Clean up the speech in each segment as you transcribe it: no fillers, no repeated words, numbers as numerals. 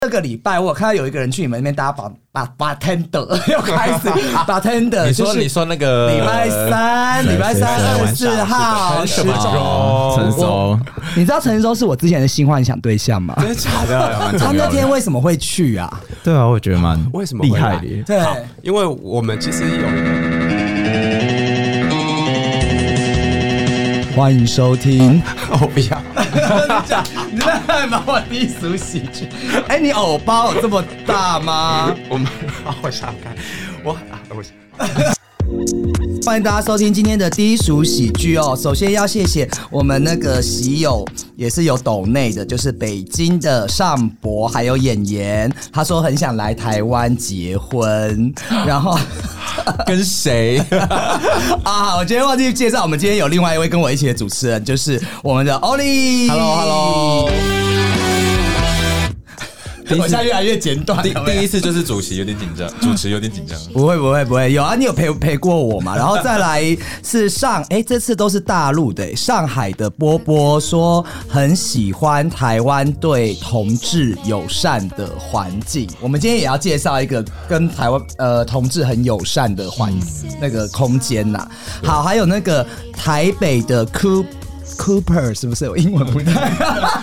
这个礼拜我有看到有一个人去你们那边搭bartender 又开始bartender， 你说那个礼拜三24号什么成熟， 你知道陈州是我之前的性幻想对象吗？ 真的假的？ 他那天为什么会去啊？ 对啊，我觉得蛮为什么厉害的耶。 对， 因为我们其实有一个。 欢迎收听。 我不要， 你在干嘛？我低俗喜剧。哎，你偶包有这么大吗？ 我想看，我欢迎大家收听今天的低俗喜剧哦。首先要谢谢我们那个喜友，也是有抖内的，就是北京的上博还有演员，他说很想来台湾结婚，然后跟谁啊？我今天忘记介绍，我们今天有另外一位跟我一起的主持人，就是我们的 Oli。Hello。我现在越来越简短。 第一次就是主持有点紧张，主持有点紧张。 不会，有啊，你有陪过我嘛？然后再来是这次都是大陆的，上海的波波说很喜欢台湾对同志友善的环境。我们今天也要介绍一个跟台湾同志很友善的那个空间呐。好，还有那个台北的 Cooper 是不是？我英文不太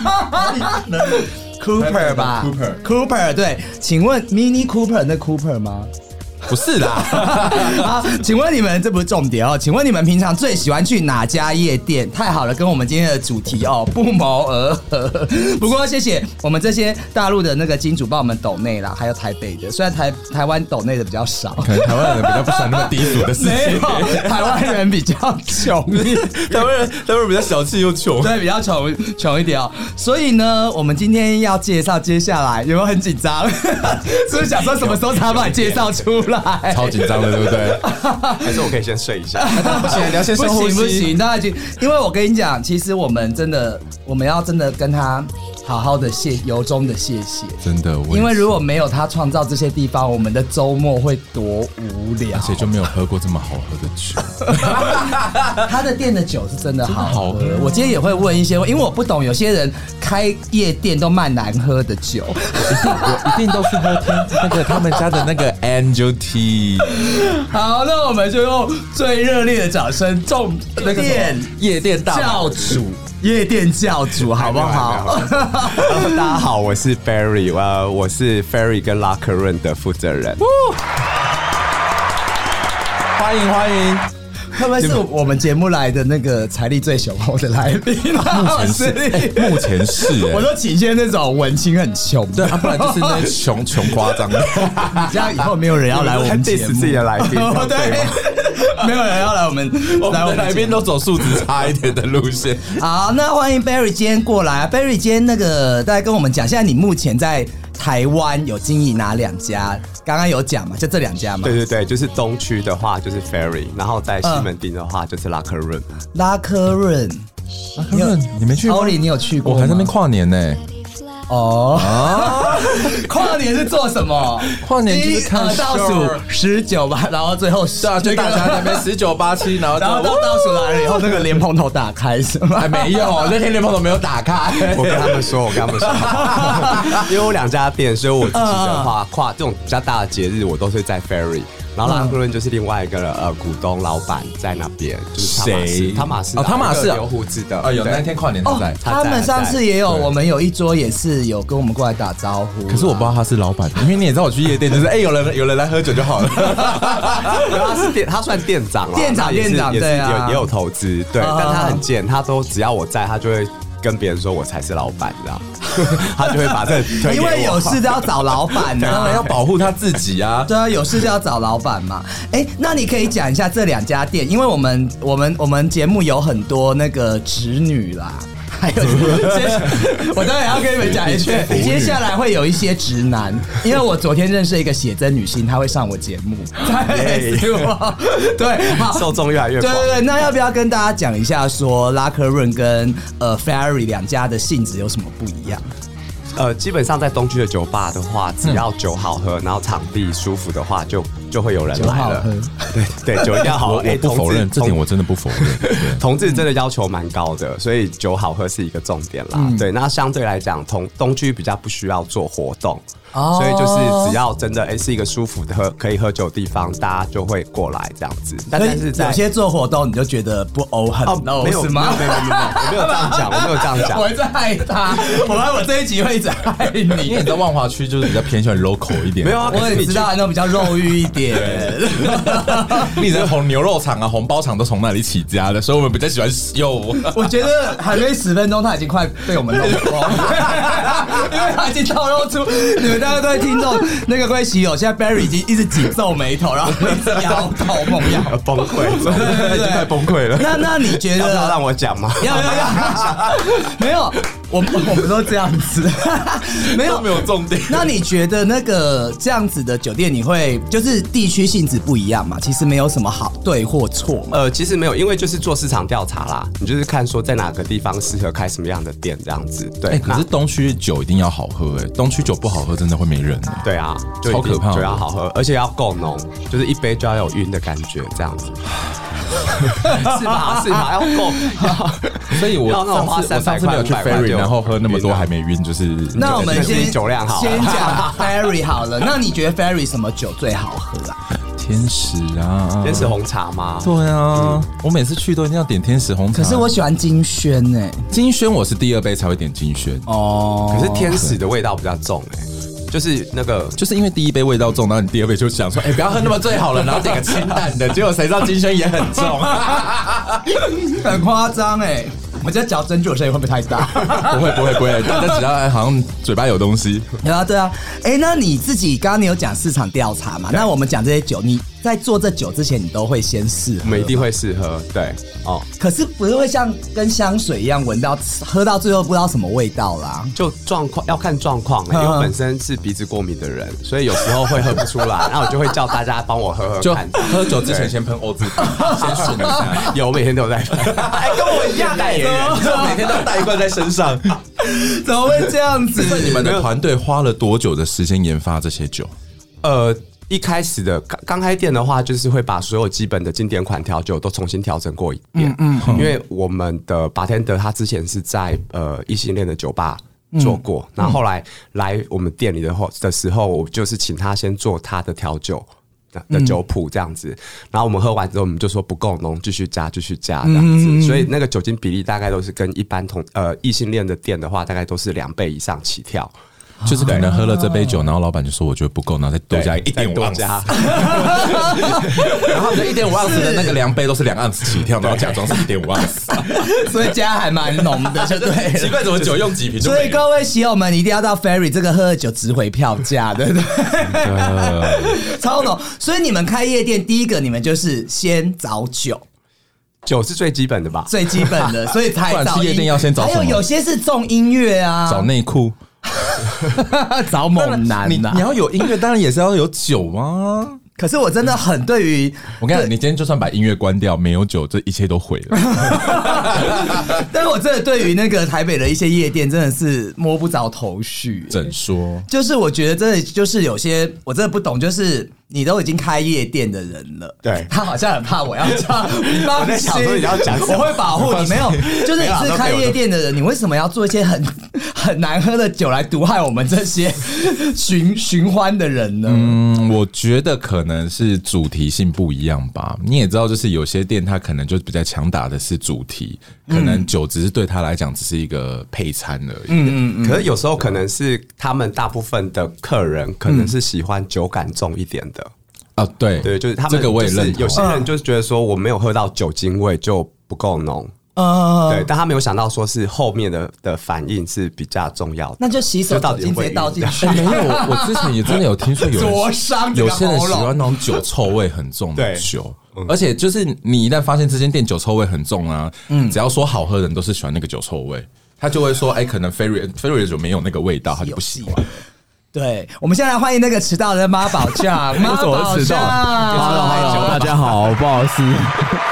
Cooper 吧 ，Cooper 对，请问 Mini Cooper 那 Cooper 吗？ 不是啦。 好，请问你们这不是重点哦？请问你们平常最喜欢去哪家夜店？太好了，跟我们今天的主题哦不谋而合。不过谢谢我们这些大陆的那个金主帮我们抖内啦，还有台北的，虽然台湾抖内的比较少， 可能台湾人比较不喜欢那么低俗的事情。 没有，台湾人比较穷， 台湾人比较小气又穷， 对，比较穷一点哦。所以呢，我们今天要介绍接下来，有没有很紧张？是不是想说什么时候才把你介绍出来？ 超紧张的，对不对？ 还是我可以先睡一下？ 不行，你要先深呼吸。 不行，大家已经，因为我跟你讲，其实我们要真的跟他好好的由衷的谢谢， 真的， 因为如果没有他创造这些地方，我们的周末会多无聊， 而且就没有喝过这么好喝的酒。 他的店的酒是真的好喝，我今天也会问一些，因为我不懂有些人开夜店都卖难喝的酒， 我一定都是喝那个他们家的那个 Angel Tea。 好，那我们就用最热烈的掌声，那个夜店大教主。夜店教主好不好？ 大家好，我是 Ferry， 我是 Ferry 跟 Locker Room 的负责人。 欢迎！ 会不会是我们节目来的那个财力最雄厚的来宾？ 目前是， 我都请一些那种文青很穷的， 不然就是那些穷夸张的。 这样以后没有人要来我们节目， 自己的来宾， 对，没有人要来我们来宾都走素质差一点的路线。 好，那欢迎 Barry 今天过来。Barry 今天大概跟我们讲，现在你目前在台湾有经营哪2家？刚刚有讲嘛，就这2家嘛。 对，就是东区的话就是 Ferry， 然后在西门町的话就是 Locker Room。 Locker Room， 你没去过？ Oli， 你有去过吗？ 我还在那边跨年呢。 跨年是做什么？ 跨年就是看倒数19吧，然后最后就大家那边19、87，然后倒数来了以后，那个莲蓬头打开是吗？ 还没有，那天莲蓬头没有打开。 我跟他们说，因为我2家店，所以我自己的话，跨这种比较大的节日，我都是在 Ferry。然后Locker Room就是另外一个股东老板在那边，就是谁？ 汤马士留胡子的。 有那天跨年他在。 他们上次也有，我们有一桌也是有跟我们过来打招呼。 可是我不知道他是老板，因为你也知道我去夜店就是有人来喝酒就好了。 他算店长， 店长对啊， 也有投资，对，但他很贱，他都只要我在，他就会跟别人说我才是老板，这样，他就会把这推给我。 因为有事就要找老板啊， 当然要保护他自己啊。 对啊，有事就要找老板嘛。那你可以讲一下这2家店，因为我们节目有很多那个侄女啦。还有，我当然要跟你们讲一句，接下来会有一些直男，因为我昨天认识一个写真女星，她会上我节目，对，好， 受众越来越广。 对，那要不要跟大家讲一下说 Locker Room 跟Ferry 2家的性质有什么不一样？ 基本上在东区的酒吧的话，只要酒好喝，然后场地舒服的话，就会有人来了。对，酒一定要好喝。 我不否认这点，我真的不否认。 同志真的要求蛮高的，所以酒好喝是一个重点啦。对，那相对来讲，东区比较不需要做活动。所以就是只要真的是一个舒服的可以喝酒的地方，大家就会过来这样子。但是有些做活动你就觉得不很没有是吗？没有，我没有这样讲，我没有这样讲。 我一直害他，我这一集会一直害你， 因为你在万华区就是比较偏向 local 一点。 没有啊， 我也知道那种比较肉欲一点。 你在红牛肉厂啊、红包厂都从那里起家的，所以我们比较喜欢肉。 我觉得还没10分钟，他已经快被我们弄光了，因为他已经透露出你们。大家都会听众那个贵喜友，现在 Barry 已经一直紧皱眉头，然后一直摇头梦摇， 崩溃， 已经快崩溃了。 那你觉得要让我讲吗？ 要，没有，我们都这样子，没有重点。 那你觉得那个这样子的酒店，你会就是地区性质不一样嘛？其实没有什么好对或错嘛。 其实没有，因为就是做市场调查啦，你就是看说在哪个地方适合开什么样的店这样子。对， 可是东区酒一定要好喝东区酒不好喝真的会没人。 对啊， 超可怕， 酒要好喝，而且要够浓，就是一杯就要有晕的感觉这样子。是吧？要够。 所以我上次没有去 Ferry， 然后喝那么多还没晕，就是。 那我们先酒量好， 先讲 Ferry 好了。那你觉得 Ferry 什么酒最好喝啊？ 天使啊， 天使红茶吗？ 对啊，我每次去都一定要点天使红茶。 可是我喜欢金萱金萱我是第2杯才会点金萱哦。 可是天使的味道比较重就是那个， 就是因为第1杯味道重，然后你第2杯就想说，不要喝那么醉好了，然后点个清淡的，结果谁知道金萱也很重， 很夸张我们在嚼珍珠的声音会不会太大？ 不会，大家只要好像嘴巴有东西。 对啊，那你自己刚刚你有讲市场调查嘛？那我们讲这些酒，你在做这酒之前，你都会先试喝？ 我们一定会试喝，对哦。 可是不是会像跟香水一样，闻到喝到最后不知道什么味道啦？ 就状况要看状况因为我本身是鼻子过敏的人，所以有时候会喝不出来，然后我就会叫大家帮我喝看。 就喝酒之前先喷欧姿，先顺一下。 有，我每天都有在喷，跟我一样代言人， 我每天都带一罐在身上。 怎么会这样子？ 那你们的团队花了多久的时间研发这些酒？ 一开始的刚开店的话，就是会把所有基本的经典款调酒都重新调整过一遍。因为我们的 bartender 他之前是在异性恋的酒吧做过，然后后来来我们店里的时候，我就是请他先做他的调酒的酒谱这样子，然后我们喝完之后，我们就说不够浓，继续加这样子，所以那个酒精比例大概都是跟一般异性恋的店的话，大概都是2倍以上起跳。 就是可能喝了这杯酒，然后老板就说我觉得不够，然后再多加1.5盎司，然后这1.5盎司的那个量杯都是2盎司起跳，然后假装是1.5盎司， 所以加还蛮浓的，就对。 奇怪，怎么酒用几瓶就没了？ 所以各位喜友们一定要到 Ferry 这个喝的酒值回票价，对不对？超浓。所以你们开夜店，第一个你们就是先找酒。 酒是最基本的吧？ 最基本的，所以才找。 不然去夜店要先找什么？ 还有些是重音乐啊， 找内裤。 找猛男你要有音乐，当然也是要有酒啊。 可是我真的很对于我跟你讲，你今天就算把音乐关掉，没有酒，这一切都毁了。 但是我真的对于那个台北的一些夜店真的是摸不着头绪。 怎说？ 就是我觉得真的就是有些我真的不懂，就是你都已经开夜店的人了， 对他好像很怕我要讲，你放心， 我在想说你要讲什么， 我会保护你。没有，就是你是开夜店的人，你为什么要做一些很难喝的酒来毒害我们这些寻欢的人呢？ 我觉得可能是主题性不一样吧。你也知道，就是有些店它可能就比较强打的是主题，可能酒只是对他来讲只是一个配餐而已。 可是有时候可能是他们大部分的客人可能是喜欢酒感重一点的。 对， 就是他们这个我也认同。 有些人就是觉得说我没有喝到酒精味就不够浓。对，但他没有想到说是后面的反应是比较重要的， 那就洗手酒精直接倒进去。 没有，我之前也真的有听说有些人喜欢那种酒臭味很重的酒，而且就是你一旦发现这间店酒臭味很重啊，只要说好喝的人都是喜欢那个酒臭味，他就会说，可能 Ferry 的酒没有那个味道，他就不喜欢。 对，我们现在来欢迎那个迟到的妈宝酱，妈宝酱， 大家好，不好意思。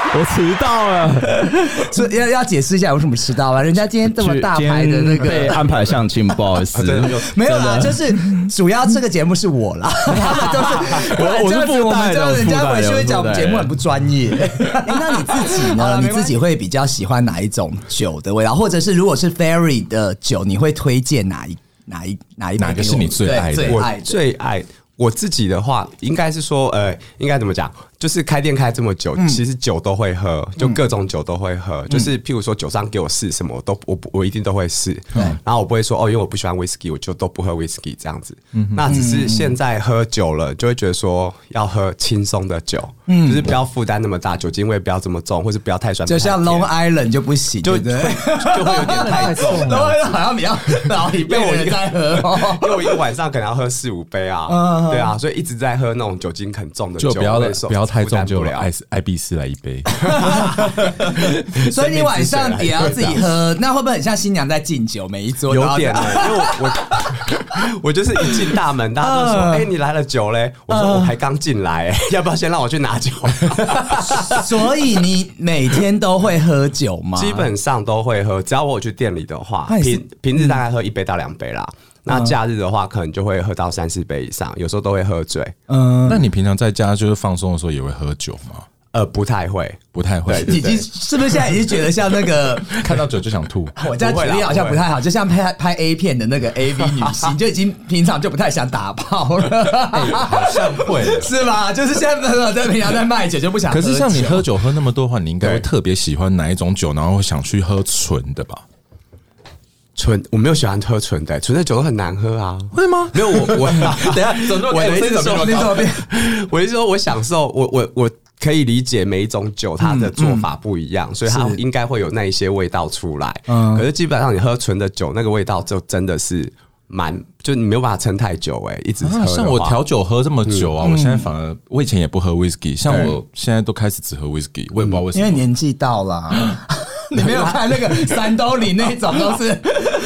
我迟到了， 所以要解释一下为什么迟到吗？人家今天这么大牌的那个被安排相亲，不好意思， 没有啦，就是主要这个节目是我啦， 我是附带的， 人家回去会讲我们节目很不专业。那你自己呢？你自己会比较喜欢哪一种酒的味道，或者是如果是 Fairy 的酒，你会推荐哪个是你最爱的？ 我最爱。我自己的话，应该是说，应该怎么讲？就是开店开这么久，其实酒都会喝，就各种酒都会喝。就是譬如说酒商给我试什么，我一定都会试。然后我不会说因为我不喜欢 whisky， 我就都不喝 whisky 这样子。那只是现在喝酒了，就会觉得说要喝轻松的酒，就是不要负担那么大，酒精味不要这么重，或是不要太酸。 就像 Long Island 就不行， 就会有点太重。 Long Island 好像比较老一辈的人在喝， 因为我一个晚上可能要喝4-5杯啊，对啊，所以一直在喝那种酒精很重的酒， 就不要太重，就艾必斯来一杯。 所以你晚上也要自己喝，那会不会很像新娘在敬酒？每一桌有点，因为我就是一进大门，大家就说：“你来了酒嘞！”我说：“我才刚进来，要不要先让我去拿酒？” 所以你每天都会喝酒吗？ 基本上都会喝，只要我有去店里的话，平日大概喝1杯到2杯啦。那假日的话，可能就会喝到3-4杯以上，有时候都会喝醉。 那你平常在家就是放松的时候也会喝酒吗？ 不太会。 已经是不是现在已经觉得像那个看到酒就想吐？ 我这样举例好像不太好，就像拍 A 片的那个 AV 女星，就已经平常就不太想打炮了。 好像会是吧？就是现在在平常在卖酒就不想喝酒。 可是像你喝酒喝那么多的话，你应该会特别喜欢哪一种酒，然后会想去喝纯的吧？ 我没有喜欢喝纯的，纯的酒都很难喝啊。 会吗？ 没有我等一下，我的意思是说，我享受我可以理解每一种酒它的做法不一样，所以它应该会有那一些味道出来。可是基本上你喝纯的酒，那个味道就真的是就你没有办法撑太久一直喝。 像我调酒喝这么久啊，我现在反而我以前也不喝 whisky， 像我现在都开始只喝 whisky， 我也不知道为什么， 因为年纪到了。你没有看那个山东里那种都是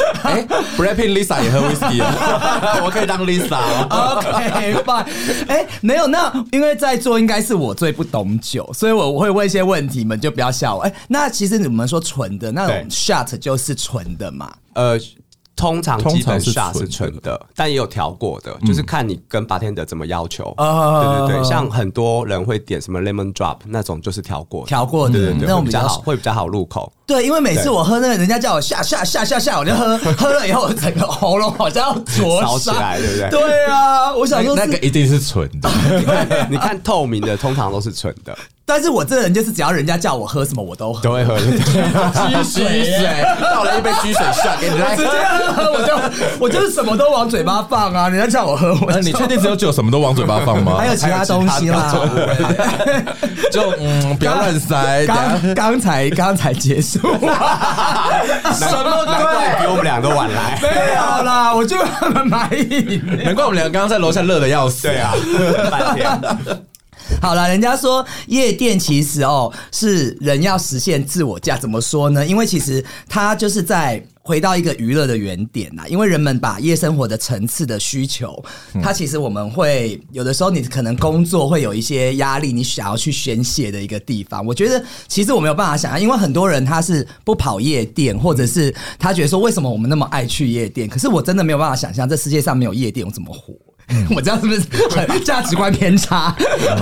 ，Brad Lisa 也喝 whisky 啊，我可以当 Lisa 哦。OK， fine。没有，那因为在座应该是我最不懂酒，所以我会问一些问题，你们就不要笑我。那其实你们说纯的那种 shot 就是纯的嘛？ 通常基本下是纯的，但也有调过的，就是看你跟 bartender 怎么要求。对，像很多人会点什么 lemon drop 那种，就是调过的，对，那种会比较好入口。 对，因为每次我喝那个，人家叫我下，我就喝了以后，整个喉咙好像要灼烧起来，对不对？ 对啊，我想说那个一定是纯的。 你看透明的，通常都是纯的。 但是我这个人就是只要人家叫我喝什么我都会喝， 居水倒了一杯居水下给你来直接喝，我就是什么都往嘴巴放啊！人家叫我喝， 你确定只有酒什么都往嘴巴放吗？ 还有其他东西啦， 就不要乱塞。 刚才结束，什么怪比我们俩都晚来？ 没有啦，我就很满意。 难怪我们俩刚刚在楼下热的要死。 对啊，半天。 好了，人家说夜店其实是人要实现自我价，怎么说呢？因为其实它就是在回到一个娱乐的原点啦，因为人们把夜生活的层次的需求，它其实我们会有的时候你可能工作会有一些压力，你想要去宣泄的一个地方。我觉得其实我没有办法想象，因为很多人他是不跑夜店，或者是他觉得说为什么我们那么爱去夜店，可是我真的没有办法想象这世界上没有夜店我怎么活。我这样是不是很价值观偏差？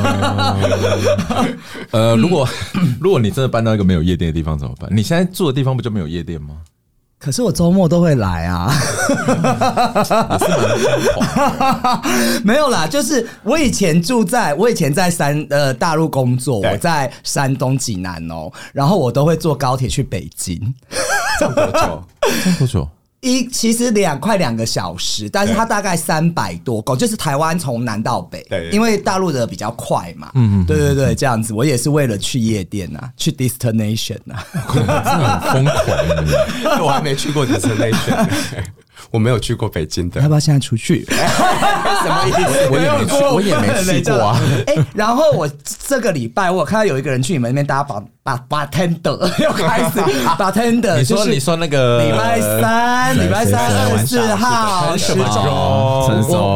如果你真的搬到一个没有夜店的地方怎么办？你现在住的地方不就没有夜店吗？ 可是我周末都会来啊。 也是蛮疯狂。 没有啦，就是我以前在大陆工作，我在山东济南然后我都会坐高铁去北京。 这样多久？ 其实快2个小时，但是它大概300多公里，就是台湾从南到北，因为大陆的比较快嘛。对，这样子，我也是为了去夜店啊，去 destination 啊， 真的很疯狂。 我还没去过 destination。我没有去过北京的， 要不要现在出去？ 什么意思？ 我也没去过啊。 然后我这个礼拜我有看到有一个人去你们那边搭bartender， 又开始bartender。 你说那个礼拜三24号成熟。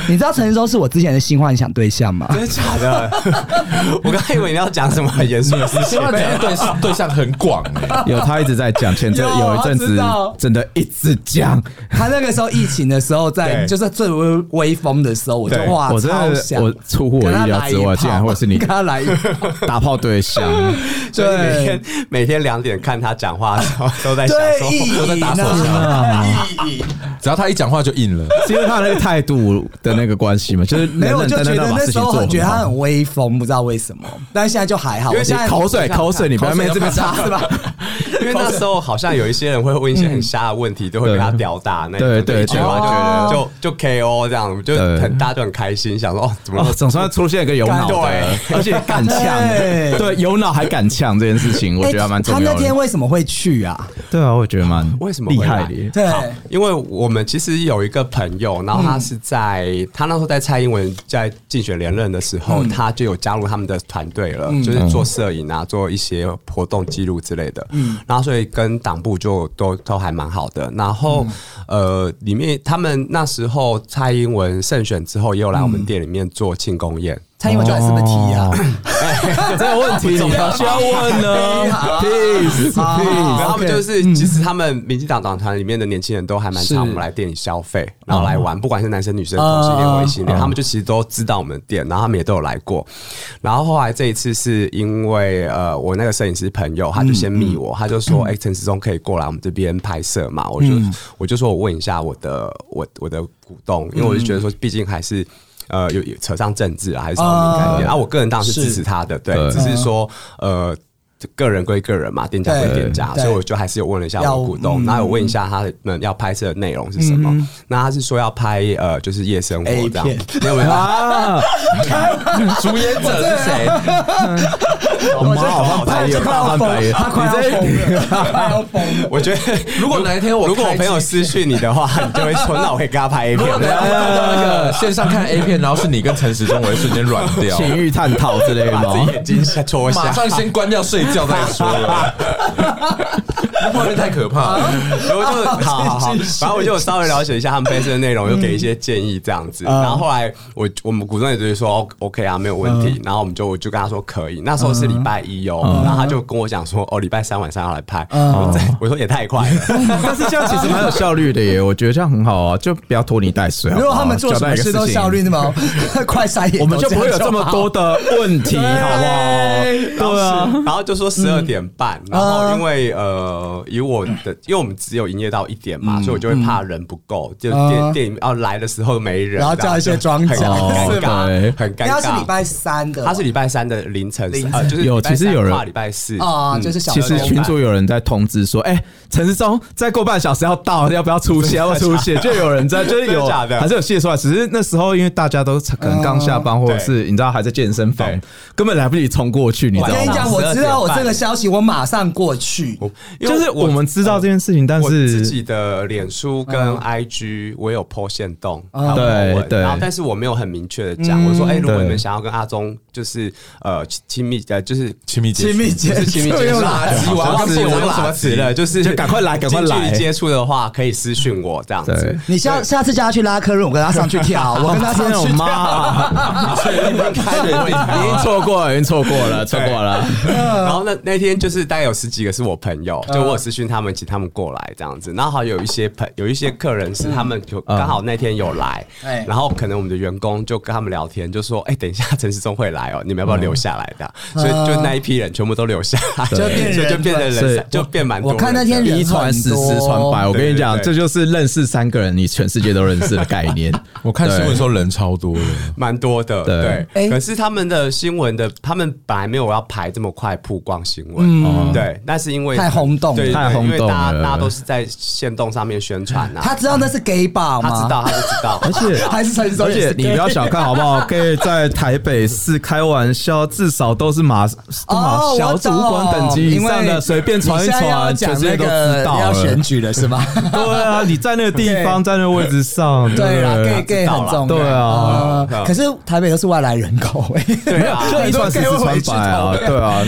你知道陈时中是我之前的性幻想对象吗？ 真的假的？我刚才以为你要讲什么很严肃的事情， 对象很广有他一直在讲，前阵有一阵子真的一直讲。 他那个时候疫情的时候，在就是最微风的时候，我就哇， 我真的我出乎我意料之外，竟然会是你跟他来打炮对象。 所以每天2点看他讲话的时候，都在想说都在打手枪，只要他一讲话就硬了， 是因为他那个态度的那个关系嘛，就是没有，我就觉得那时候很觉得他很威风，不知道为什么，但是现在就还好。 因为现在口水，你不要在这边插是吧？ 因为那时候好像有一些人会问一些很瞎的问题，都会被他吊打，那一句话就 KO 这样，就大家就很开心，想说哦，怎么总算出现一个有脑的，而且敢呛，对，有脑还敢呛这件事情，我觉得蛮重要的。 他那天为什么会去啊？ 对啊，我觉得蛮厉害的。 对， 因为我们其实有一个朋友，然后他是他那时候在蔡英文在竞选连任的时候，他就有加入他们的团队了，就是做摄影啊，做一些活动记录之类的。然后所以跟党部就都还蛮好的。然后里面他们那时候蔡英文胜选之后，也有来我们店里面做庆功宴。 蔡英文就来是不是提啊？ 这个问题你需要问呢 ？Peace， 他们就是其实他们民进党党团里面的年轻人都还蛮常我们来店里消费，然后来玩，不管是男生女生、同性恋、异性恋，他们就其实都知道我们的店，然后他们也都有来过。然后后来这一次是因为我那个摄影师朋友，他就先密我，他就说：“陈时中可以过来我们这边拍摄嘛？”我就说我问一下我的股东，因为我就觉得说，毕竟还是。有扯上政治啊，还是什么敏感点啊？我个人当然是支持他的，对，只是说个人归个人嘛，店家归店家，所以我就还是有问了一下我的股东，然后有问一下他们要拍摄的内容是什么。那他是说要拍就是夜生活这样，没有啊？ 主演者是谁？ 我妈好像白眼， 他快要疯了。 我觉得如果哪一天如果我朋友私讯你的话，你就会说那我可以跟他拍 A 片。 那个线上看 A 片，然后是你跟陈时中，我会瞬间软掉， 情欲探讨之类的吗？ 把自己眼睛戳下， 马上先关掉睡觉再说了。画面太可怕了， 然后就好，反正我就稍微了解一下他们拍摄的内容，又给一些建议这样子。然后后来我们股东也就是说 OK 啊，没有问题。然后我就跟他说可以，那时候是礼拜一然后他就跟我讲说礼拜3晚上要来拍。我说也太快了， 但是这样其实蛮有效率的耶，我觉得这样很好啊，就不要拖泥带水。 如果他们做什么事都效率那么快筛， 我们就不会有这么多的问题，好不好？对啊， 然后就说12点半，然后因为因为我们只有营业到1点嘛，所以我就会怕人不够，就店里面来的时候没人， 然后叫一些庄脚， 很尴尬。 他是礼拜3的， 他是礼拜3的凌晨，就是其实有人礼拜4 啊，就是其实群组有人在通知说，陈时中再过半小时要到，要不要出现？要不要出现？就有人在，就是有还是有泄出来，只是那时候因为大家都可能刚下班，或者是你知道还在健身房，根本来不及冲过去，你知道吗？ 我跟你讲，我知道我这个消息，我马上过去。 就是我们知道这件事情，但是我自己的脸书跟 IG 我有 po 限动， 对， 然后但是我没有很明确的讲，我说如果你们想要跟阿中就是亲密就是亲密接触垃圾，我要跟我用什么词了？就是赶快来， 近距离接触的话可以私讯我这样子。 你下次叫他去拉客人，我跟他上去跳，我跟他上去跳。 你已经错过了。 然后那天就是大概有10几个是我朋友，就我有私讯他们，请他们过来这样子。然后好有一些客人是他们刚好那天有来，然后可能我们的员工就跟他们聊天，就说等一下陈时中会来你们要不要留下来的？所以就那一批人全部都留下来，就变成人就变蛮多。 我看那天人一传十，十传百。我跟你讲，这就是认识3个人，你全世界都认识的概念。 我看新闻说人超多的， 蛮多的。对，可是他们的新闻他们本来没有要排这么快曝光新闻，对，但是因为太轰动， 对， 因为大家都是在限动上面宣传啊。 他知道那是 gay bar 吗？ 他就知道， 而且还是陈时中， 而且你不要小看好不好？可以在台北市开玩笑，至少都是小主管等级以上的，随便传一传，全世界都知道了。 要选举了是吗？ 对啊，你在那个地方，在那个位置上， 对啊 ，gay 很重要。 对啊， 可是台北都是外来人口， 对啊， 就一传十，十传百啊，对啊。 所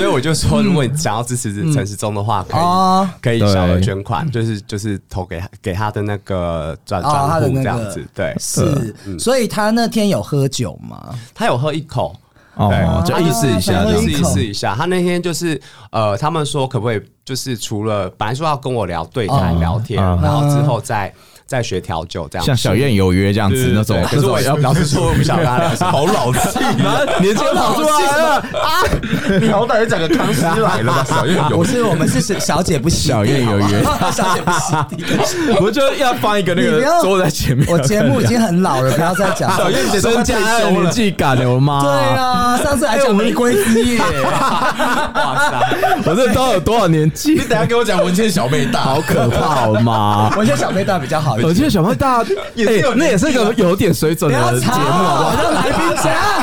所以我就说，如果你想要支持陈时中的话，可以小额捐款，就是投给他的那个转户这样子。对， 是。所以他那天有喝酒吗？ 他有喝1口。 就意思一下。他那天就是他们说可不可以，就是除了本来说要跟我对谈聊天，然后之后再学调酒这样， 像小燕有约这样子那种。 可是我老实说，我不想跟他聊， 好老气， 年轻跑出来了啊！ 你好歹也讲个康熙来了吧？小燕有， 我们是小姐不洗， 小燕有约， 小姐不洗。 我就要放一个那个坐在前面。 我节目已经很老了，不要再讲。 小燕姐增加年纪感了，我妈。 对啊，上次还讲玫瑰之夜。 哇塞！我这都有多少年纪？ 你等下给我讲文倩小妹大， 好可怕，我妈！ 文倩小妹大比较好。 我记得小妹大那也是个有点水准的节目， 我让来宾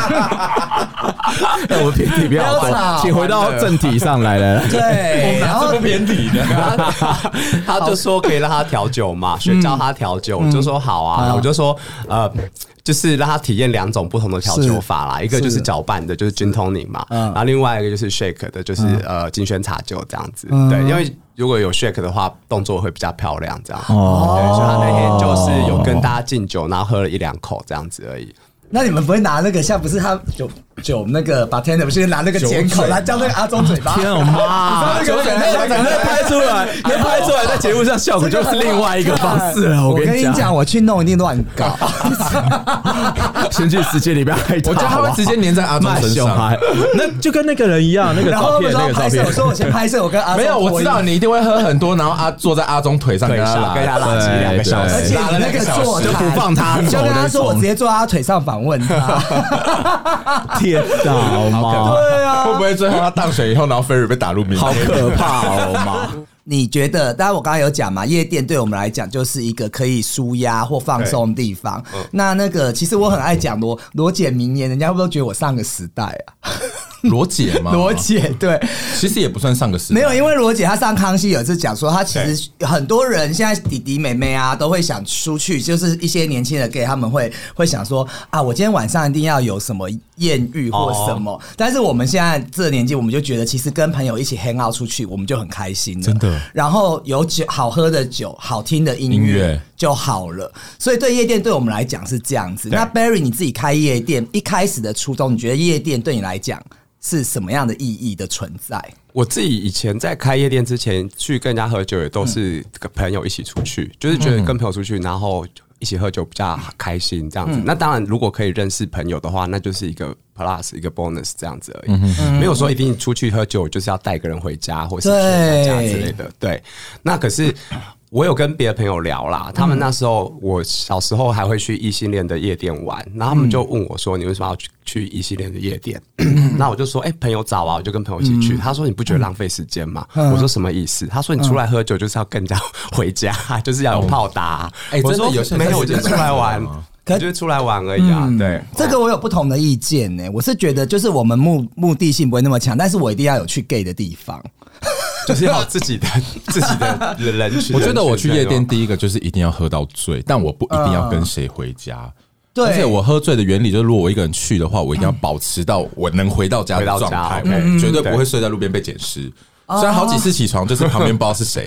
讲。我偏题不要多，请回到正题上来了。 对， 然后不偏题的， 他就说可以让他调酒嘛，教他调酒，我就说好啊，我就说就是让他体验2种不同的调酒法啦，一个就是搅拌的，就是 Gin Tonic 嘛，然后另外一个就是 Shake 的，就是金萱茶酒这样子。对，因为如果有 Shake 的话，动作会比较漂亮，这样。对，所以他那天就是有跟大家敬酒，然后喝了1-2口这样子而已。 那你们不会拿那个像不是他酒那个 bartender 不是拿那个尖口来叫那个阿忠嘴巴？ 天啊妈！酒水那拍出来，那拍出来在节目上效果就是另外一个方式了。 我跟你讲，我去弄一定乱搞。 先去时间里面拍， 我觉得他会直接粘在阿忠身上， 那就跟那个人一样，那个照片那个照片。 我说我先拍摄，我跟阿忠没有，我知道你一定会喝很多，然后坐在阿忠腿上跟他拉 2个小时， 而且你那个坐就不放他， 就跟他说我直接坐在他腿上访问他。 天哪，妈！ 对啊， 会不会最后他当选以后，然后菲瑞被打入民？ 好可怕哦，妈！ 你觉得？当然，我刚刚有讲嘛，夜店对我们来讲就是一个可以抒压或放松的地方。那个，其实我很爱讲罗姐名言，人家会不会觉得我上个时代啊？ 罗姐吗？ 罗姐对， 其实也不算上个时代。 没有，因为罗姐她上康熙有一次讲说，她其实很多人现在弟弟妹妹啊都会想出去，就是一些年轻的 gay 他们会想说啊，我今天晚上一定要有什么艳遇或什么。但是我们现在这个年纪，我们就觉得其实跟朋友一起 hang out 出去，我们就很开心了， 真的。 然后有酒，好喝的酒，好听的音乐就好了。所以对夜店对我们来讲是这样子。那 Barry 你自己开夜店一开始的初衷，你觉得夜店对你来讲是什么样的意义的存在？ 我自己以前在开夜店之前去跟人家喝酒，也都是跟朋友一起出去，就是觉得跟朋友出去，然后一起喝酒比较开心这样子。那当然，如果可以认识朋友的话，那就是一个 plus 一个 bonus 这样子而已，没有说一定出去喝酒就是要带个人回家或是回家之类的。对，那可是。我有跟别的朋友聊啦，他们那时候我小时候还会去异性恋的夜店玩，然后他们就问我说：“你为什么要去异性恋的夜店？”那我就说：“朋友找啊，我就跟朋友一起去。”他说：“你不觉得浪费时间吗？”我说：“什么意思？”他说：“你出来喝酒就是要跟人家回家，就是要有炮打。”我说：“没有，我就出来玩。”就是出来玩而已啊，对， 这个我有不同的意见呢。我是觉得，就是我们目的性不会那么强，但是我一定要有去 gay 的地方。 就是要自己的人群。 我觉得我去夜店，第一个就是一定要喝到醉，但我不一定要跟谁回家。 对， 而且我喝醉的原理就是，如果我一个人去的话，我一定要保持到我能回到家的状态，绝对不会睡在路边被捡尸。虽然好几次起床，就是旁边不知道是谁，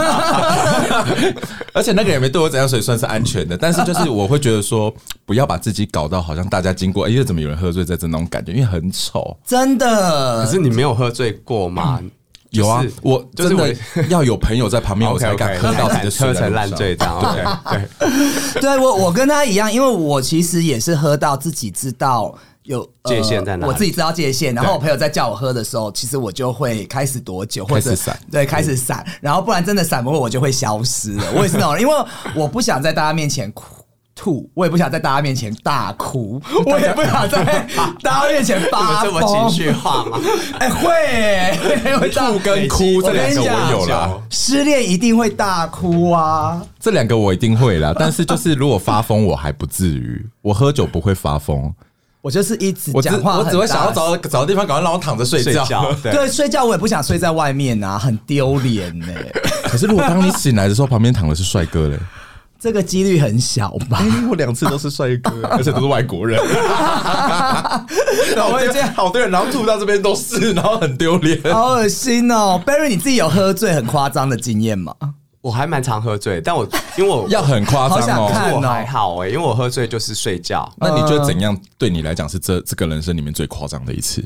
而且那个人没对我怎样，所以算是安全的。但是就是我会觉得说，不要把自己搞到好像大家经过，怎么有人喝醉在这种感觉，因为很丑， 真的。 可是你没有喝醉过吗？ 有啊，我真的要有朋友在旁边，我才敢喝到自己的喝成烂醉这样。 对，我跟他一样，因为我其实也是喝到自己知道有界限在哪， 我自己知道界限，然后我朋友在叫我喝的时候，其实我就会开始躲酒，或者开始闪，然后不然真的闪不过我就会消失了。我也是那种人，因为我不想在大家面前吐，我也不想在大家面前大哭，我也不想在大家面前发疯。 这么情绪化吗？ 会吐跟哭这两个我有啦。 失恋一定会大哭啊， 这两个我一定会啦。但是就是如果发疯，我还不至于。我喝酒不会发疯。 我就是一直讲话， 我只会想要找个地方，赶快让我躺着睡觉。 对，睡觉我也不想睡在外面啊，很丢脸呢。 可是如果当你醒来的时候，旁边躺的是帅哥嘞。 这个几率很小吧？ 我2次都是帅哥，而且都是外国人。然后这样好多人，然后吐到这边都是，然后很丢脸， 好恶心哦。Barry， 你自己有喝醉很夸张的经验吗？ 我还蛮常喝醉，但因为我要很夸张哦， 我还好因为我喝醉就是睡觉。 那你觉得怎样对你来讲是这个人生里面最夸张的一次？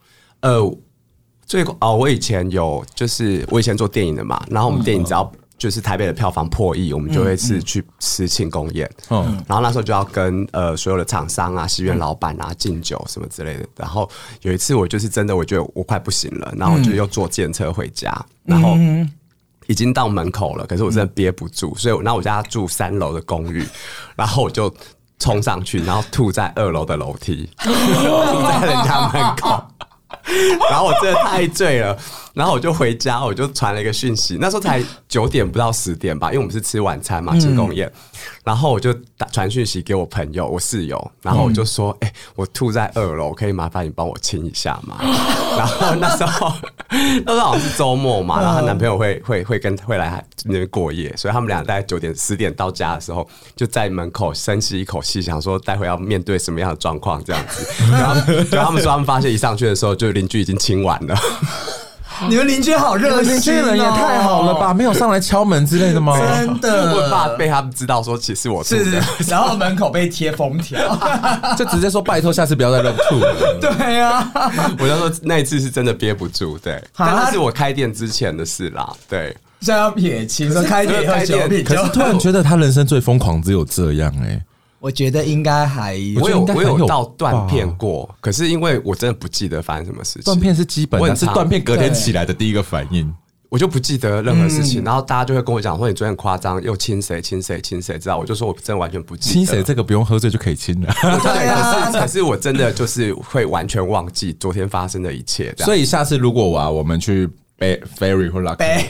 我以前做电影的嘛，然后我们电影只要就是台北的票房破亿，我们就会是去吃庆功宴。然后那时候就要跟所有的厂商啊、戏院老板啊敬酒什么之类的。然后有一次我就是真的我觉得我快不行了，然后我就又坐计程车回家，然后已经到门口了，可是我真的憋不住，所以然后我家住3楼的公寓，然后我就冲上去，然后吐在2楼的楼梯，吐在人家门口。然后我真的太醉了，然后我就回家，我就传了一个讯息，那时候才9点不到10点吧，因为我们是吃晚餐嘛，庆功宴。然后我就传讯息给我朋友，我室友，然后我就说，我吐在2楼，可以麻烦你帮我清一下吗？然后那时候好像是周末嘛，然后她男朋友会来那边过夜，所以他们俩大概9点10点到家的时候，就在门口深吸一口气，想说待会要面对什么样的状况这样子。然后就他们说他们发现一上去的时候，就邻居已经清完了。 你们邻居好热心， 这人也太好了吧？没有上来敲门之类的吗？ 真的， 我怕被他们知道说其实我吐的， 然后门口被贴封条， 就直接说拜托下次不要再乱吐了。 对啊， 我就说那一次是真的憋不住，对，但那是我开店之前的事啦，对。 现在要撇清说开店喝酒品， 可是突然觉得他人生最疯狂只有这样我觉得应该还我有到断片过，可是因为我真的不记得发生什么事情。 断片是基本的，是断片隔天起来的第一个反应。 我就不记得任何事情，然后大家就会跟我讲说你昨天很夸张，又亲谁，知道？我就说我真的完全不记得。 亲谁这个不用喝醉就可以亲了。 对，可是我真的就是会完全忘记昨天发生的一切。 所以下次如果我们去。Barry 或 Lucky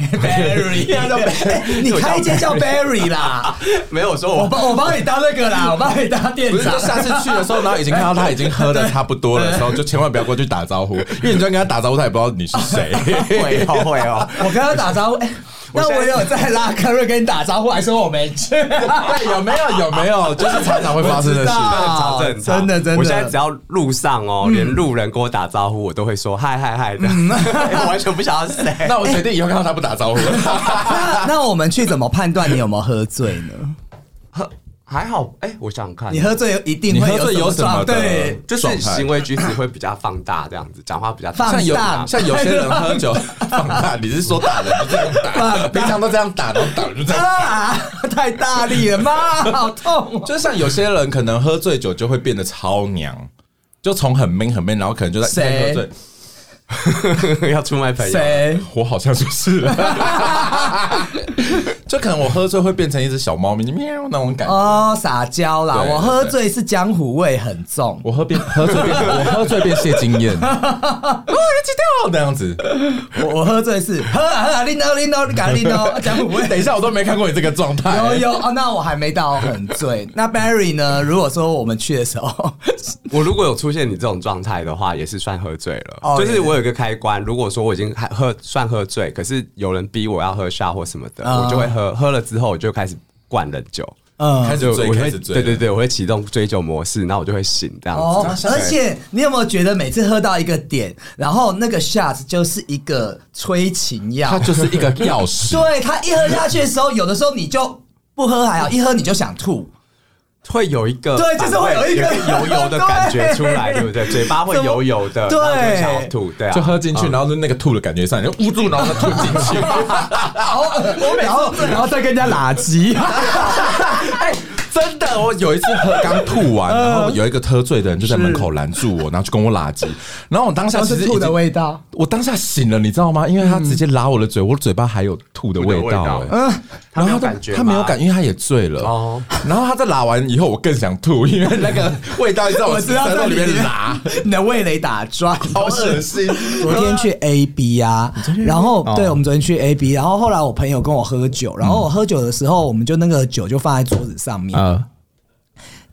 Barry， 你开一间叫 Barry 啦？ 没有说我帮你当那个啦，我帮你当店长。 不是，下次去的时候，然后已经看到他已经喝的差不多的时候，就千万不要过去打招呼，因为你就跟他打招呼，他也不知道你是谁。 会哦， 我跟他打招呼，那我有在拉克瑞跟你打招呼，还说我没去。 有没有？就是常常会发生的事， 真的。 我现在只要路上连路人跟我打招呼，我都会说嗨的，我完全不晓得是谁。 那我决定以后看到他不打招呼。 那我们去怎么判断你有没有喝醉呢？ 还好，我想想看， 你喝醉一定会有什么？ 对，就是行为举止会比较放大，这样子，讲话比较放大。 像有些人喝酒放大，你是说打人就这样打？平常都这样打，然后打就这样打， 太大力了，妈，好痛！ 就是像有些人可能喝醉酒就会变得超娘，就从很 man，然后可能就在喝醉。 要出卖朋友？ 我好像就是，就可能我喝醉会变成一只小猫咪，喵那种感觉。 撒娇啦！我喝醉是江湖味很重， 我喝醉变谢金燕，几掉那样子。 我喝醉是喝啊，拎到，你敢拎到江湖味。 等一下，我都没看过你这个状态。 有那我还没到很醉。那 Barry 呢？如果说我们去的时候， 我如果有出现你这种状态的话，也是算喝醉了。就是我有个开关，如果说我已经算喝醉，可是有人逼我要喝下或什么的，我就会喝了之后我就开始灌冷酒。 开始醉， 对，我会启动追酒模式，然后我就会醒这样子。 而且你有没有觉得每次喝到一个点，然后那个 shot 就是一个催情药， 它就是一个钥匙。 对，它一喝下去的时候，有的时候你就不喝还好，一喝你就想吐。 会有一个对，就是会有一个油的感觉出来，对不对？嘴巴会油的， 对， 想要吐，对啊， 就喝进去，然后就那个吐的感觉上，就捂住，然后再吐进去， 然后再跟人家拉鸡。 真的，我有一次刚吐完，然后有一个喝醉的人就在门口拦住我，然后就跟我拉鸡，然后我当下其实吐的味道， 我当下醒了，你知道吗？因为他直接拉我的嘴，我的嘴巴还有吐的味道， 他没有感觉， 他没有感，因为他也醉了。然后他在拉完以后，我更想吐，因为那个味道在我舌头里面拉， 你的味蕾打转， 好恶心。 昨天去 AB 啊，然后对，我们昨天去 AB， 然后后来我朋友跟我喝酒，然后我喝酒的时候，我们就那个酒就放在桌子上面。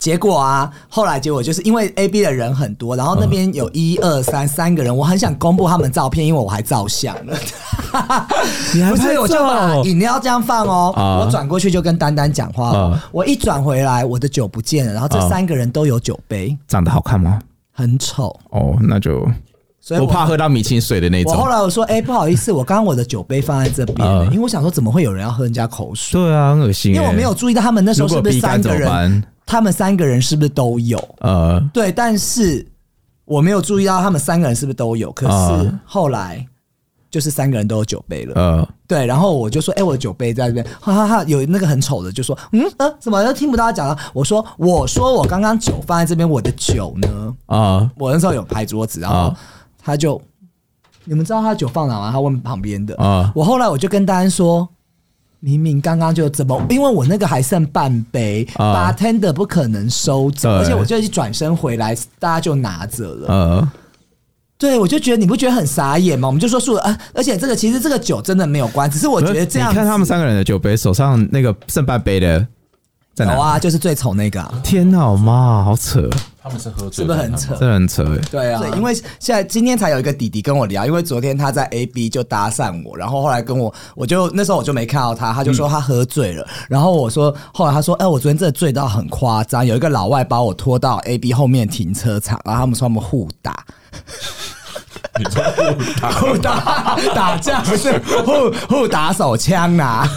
结果啊，后来结果就是因为 AB 的人很多，然后那边有1、2、3个人，我很想公布他们照片，因为我还照相了。 你还不是，我就把饮料这样放哦，我转过去就跟丹丹讲话，我一转回来，我的酒不见了，然后这3个人都有酒杯， 长得好看吗？ 很丑哦，那就。所以我怕喝到米清水的那种。 我后来我说，不好意思，我刚刚我的酒杯放在这边，因为我想说怎么会有人要喝人家口水？ 对啊，很恶心。 因为我没有注意到他们那时候是不是3个人，他们3个人是不是都有？对，但是我没有注意到他们3个人是不是都有。可是后来就是3个人都有酒杯了。对，然后我就说，我的酒杯在这边，哈哈哈，有那个很丑的就说，怎么都听不到他讲了？我说我刚刚酒放在这边，我的酒呢？我那时候有拍桌子，然后。他就，你们知道他酒放哪吗？他问旁边的。我后来我就跟大家说，明明刚刚就怎么，因为我那个还剩半杯，bartender 不可能收走，而且我就一转身回来，大家就拿着了。对，我就觉得你不觉得很傻眼吗？我们就说而且其实这个酒真的没有关，只是我觉得这样。 你看他们3个人的酒杯，手上那个剩半杯的。 有啊，就是最丑那个啊！ 天哪，我妈，好扯！ 他们是喝醉， 是不是很扯？ 真的很扯对啊，因为今天才有一个弟弟跟我聊，因为昨天他在 AB 就搭讪我，然后后来跟我就那时候我就没看到他，他就说他喝醉了，然后我说，后来他说，我昨天真的醉到很夸张，有一个老外把我拖到 AB 后面停车场，然后他们说他们互打。 你说互打架不是互打手枪啦？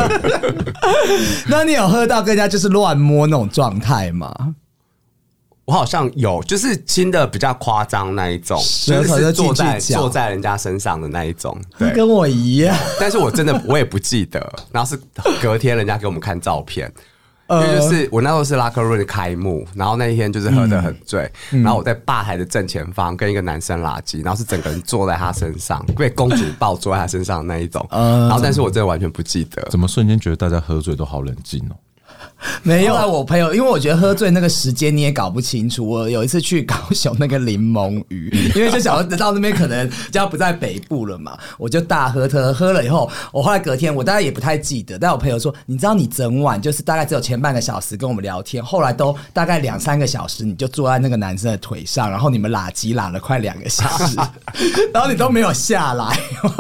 那你有喝到跟人家就是乱摸那种状态吗？ 我好像有，就是亲的比较夸张那一种，就是坐在人家身上的那一种，对， 跟我一样。 但是我也不记得，然后是隔天人家给我们看照片。因为就是我那时候是拉克润开幕，然后那一天就是喝得很醉，然后我在吧台的正前方跟一个男生拉鸡，然后是整个人坐在他身上，被公主抱坐在他身上的那一种，然后但是我真的完全不记得。 怎么瞬间觉得大家喝醉都好冷静哦？ 没有啊，我朋友，因为我觉得喝醉那个时间你也搞不清楚。我有一次去高雄那个柠檬鱼，因为就想要到那边可能家不在北部了嘛，我就大喝了以后，我后来隔天我大概也不太记得，但我朋友说，你知道你整晚就是大概只有前半个小时跟我们聊天，后来都大概2、3个小时，你就坐在那个男生的腿上，然后你们拉鸡拉了快2个小时，然后你都没有下来。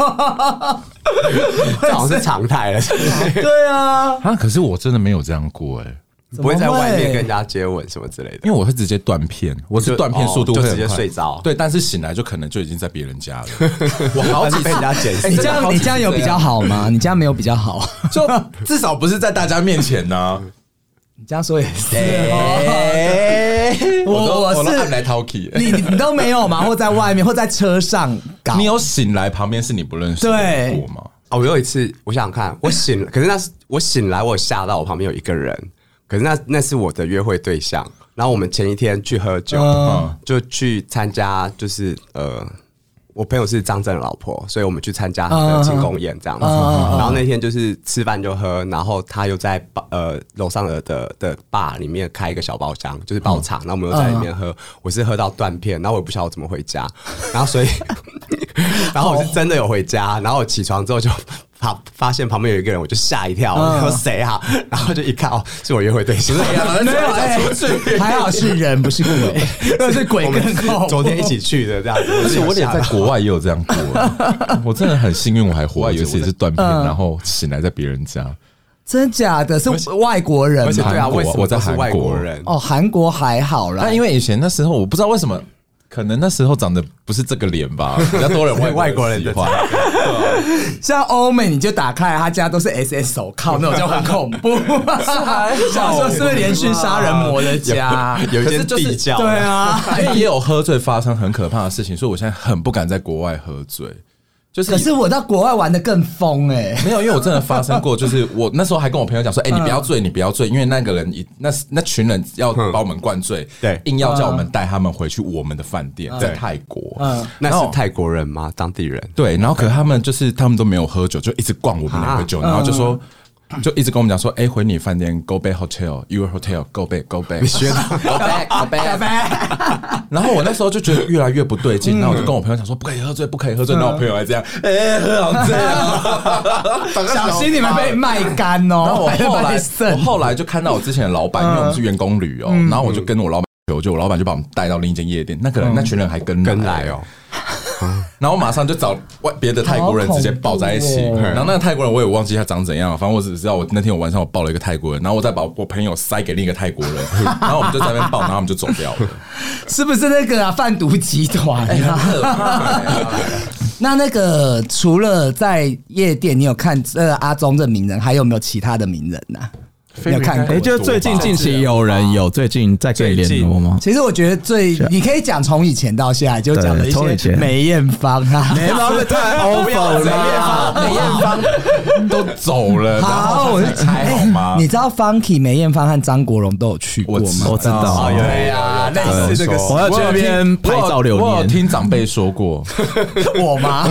这好像是常态了。 对啊， 可是我真的没有这样过不会在外面跟人家接吻什么之类的， 因为我会直接断片，我是断片速度会就直接睡着。 对，但是醒来就可能就已经在别人家了。我好几次被人家捡。 你这样有比较好吗？你这样没有比较好， 就至少不是在大家面前呢。 你这样说也是。 我是按来 talkie， 你都没有吗？或在外面，或在车上搞？ 你有醒来旁边是你不认识的人过吗？ 我有一次，我想想看，我醒，可是我醒来，我吓到我旁边有一个人，可是那是我的约会对象。然后我们前一天去喝酒，就去参加，就是我朋友是张震的老婆，所以我们去参加他的庆功宴这样子。然后那天就是吃饭就喝，然后他又在楼上的bar里面开一个小包厢，就是包场，然后我们又在里面喝。我是喝到断片，然后我也不晓得我怎么回家，然后所以，然后我是真的有回家，然后我起床之后就发现旁边有一个人，我就吓一跳，我说谁啊？然后就一看，是我约会对象。 没有，还好是人不是鬼，要是鬼更恐怖。 昨天一起去的这样子， 而且我连在国外也有这样过，我真的很幸运，我还活。有一次也是断片，然后醒来在别人家。 真假的？是外国人吗？ 而且对啊， 我在韩国人哦，韩国还好啦。 但因为以前那时候我不知道为什么。可能那时候长得不是这个脸吧，比较多人外国人喜欢。 像欧美，你就打开他家都是 SS 手铐那种，就很恐怖。想说是不是连续杀人魔的家？ 有一间地窖。 对啊， 因为也有喝醉发生很可怕的事情，所以我现在很不敢在国外喝醉。就是， 可是我到国外玩的更疯没有，因为我真的发生过，就是我那时候还跟我朋友讲说，你不要醉，你不要醉，因为那个人那群人要把我们灌醉，对，硬要叫我们带他们回去我们的饭店，在泰国， 那是泰国人吗？当地人？ 对，然后可是他们都没有喝酒，就一直灌我们2个酒，然后就说。就一直跟我们讲说，回你饭店 ，Go back hotel, your hotel, go back, go back， 你学到 go back, go back。 然后我那时候就觉得越来越不对劲，然后我就跟我朋友讲说不可以喝醉，不可以喝醉。然后我朋友还这样，喝好醉啊， 小心你们被卖干哦。 然后我后来就看到我之前的老板，因为我们是员工旅游，然后我就跟我老板求救，我老板就把我们带到另一间夜店，那群人还跟来哦。然后我马上就找别的泰国人直接抱在一起，然后那个泰国人我也忘记他长怎样，反正我只知道我那天晚上我抱了一个泰国人，然后我再把我朋友塞给另一个泰国人，然后我们就在那边抱，然后我们就走掉了。 是不是那个贩毒集团啊？那个除了在夜店，你有看阿宗这名人，还有没有其他的名人呢？你有看过？ 就最近期有人有最近在跟你联络吗？ 其实我觉得你可以讲从以前到现在，就讲了一些梅艳芳啊， 梅艳芳太 over 了， 梅艳芳都走了。 好，我是还好吗？ 你知道 Funky 梅艳芳和张国荣都有去过吗？ 我知道， 对呀，类似这个， 我要去那边拍照留念。 我有听长辈说过， 我吗？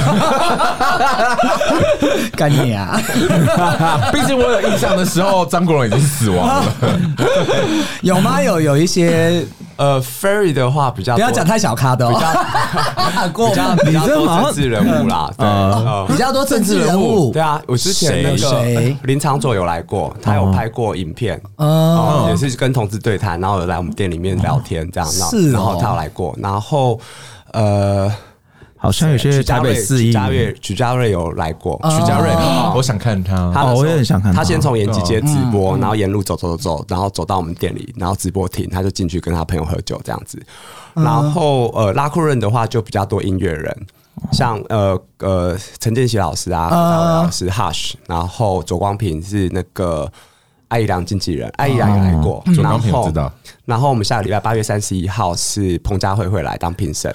干你啊！ 毕竟我有印象的时候，张国荣已经死亡了。 有吗？有一些 Ferry 的话比较不要讲太小咖的， 比较多政治人物啦，对， 比较多政治人物。 对啊，我之前那个林长佐有来过，他有拍过影片，也是跟同志对谈，然后有来我们店里面聊天这样，然后他有来过，然后好像有些台北市议曲家瑞有来过， 曲家瑞，我想看他， 我也很想看他。 他先从延吉街直播，然后沿路走，然后走到我们店里，然后直播亭，他就进去跟他朋友喝酒这样子。然后拉库润的话就比较多音乐人，像陈建骐老师啊，老师 Hush， 然后左光平是那个艾怡良经纪人，艾怡良也来过， 左光平我知道。 然后我们下个礼拜8月31号是彭佳慧会来当评审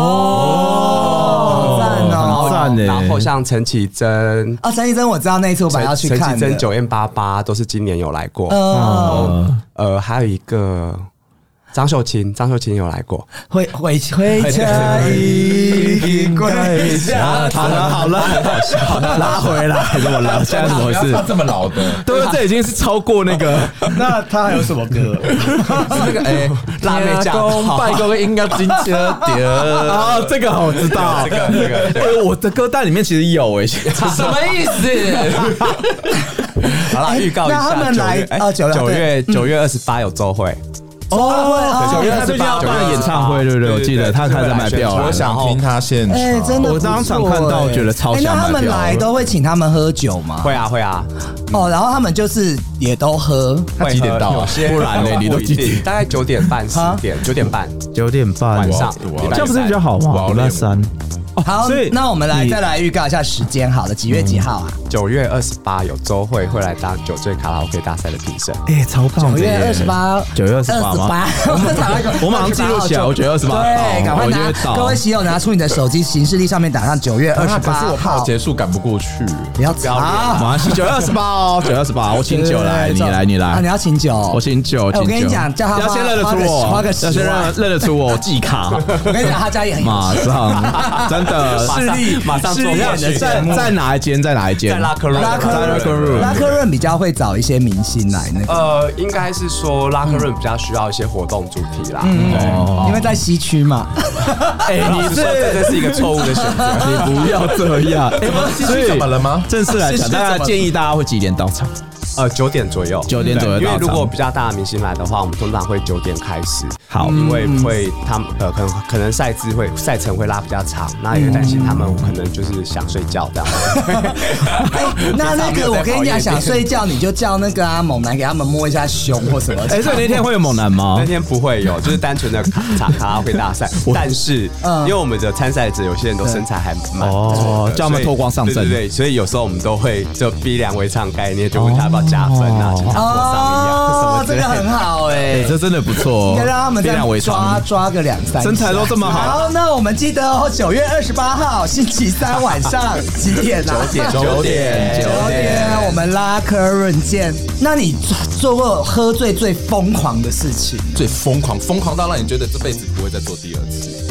然后像陈绮贞陈绮贞我知道，那一次我本来要去看的。 陈绮贞、9M88都是今年有来过。还有一个张秀琴有来过。 回家一归家。 好了，拉回来，我拉，现在怎么回事？ 这么老的， 对，这已经是超过那个。 那他还有什么歌？ 是那个辣妹驾到， 拜托应该金车碟啊，这个我知道，这个我的歌单里面其实有什么意思？ 好了，预告一下， 那他们来 9月28有周会。 他最近要办演唱会，对不对？我记得他开始卖票了， 我想听他现场。 真的， 我当场看到，觉得超想买票。 那他们来都会请他们喝酒吗？ 会啊。 然后他们就是也都喝。 他几点到？ 不然呢？你都几点？ 大概9点半、10点、9点半晚上， 这样不是比较好吗？礼拜3。 好，那我们再来预告一下时间，好了，几月几号啊 ？9月28有周会来当酒醉卡拉 OK 大赛的评审。 超棒 ！9月28吗？ 我马上记录起来。我9月28， 对，赶快拿！各位喜友拿出你的手机，行事历上面打上9月28号。 可是我怕结束赶不过去， 不要吵。 马上9月28哦，9月28，我请酒来，你来。 你要请酒， 我请酒。 我跟你讲，叫他要先认得出我，要先认得出我记卡。 我跟你讲，他家也很马上真的。 马上做演的在哪一间？在拉克润。 拉克润比较会找一些明星来那个。 应该是说拉克润比较需要一些活动主题啦。 因为在西区嘛。 这是一个错误的选择， 你不要这样。 所以怎么了吗？ 正式来讲，大家建议大家会几点到场 ？9点左右。 9点左右到场。 因为如果比较大的明星来的话，我们通常会9点开始。 好， 因为他们可能赛程会拉比较长，那也担心他们可能就是想睡觉这样。 那个我跟你讲，想睡觉你就叫那个猛男给他们摸一下胸或什么。 所以那天会有猛男吗？ 那天不会有，就是单纯的卡拉 OK 大赛。但是因为我们的参赛者有些人都身材还蛮叫他们脱光上阵。 对，所以有时候我们都会就逼良为唱概念，就问他要不要加分啊，就像脱上一样。 这个很好这真的不错。 应该让他们抓个2-3， 身材都这么好。 好，那我们记得9月28号星期3晚上几点啊 ？9点， 我们拉克润见。那你做过喝醉最疯狂的事情？ 最疯狂到让你觉得这辈子不会再做第二次？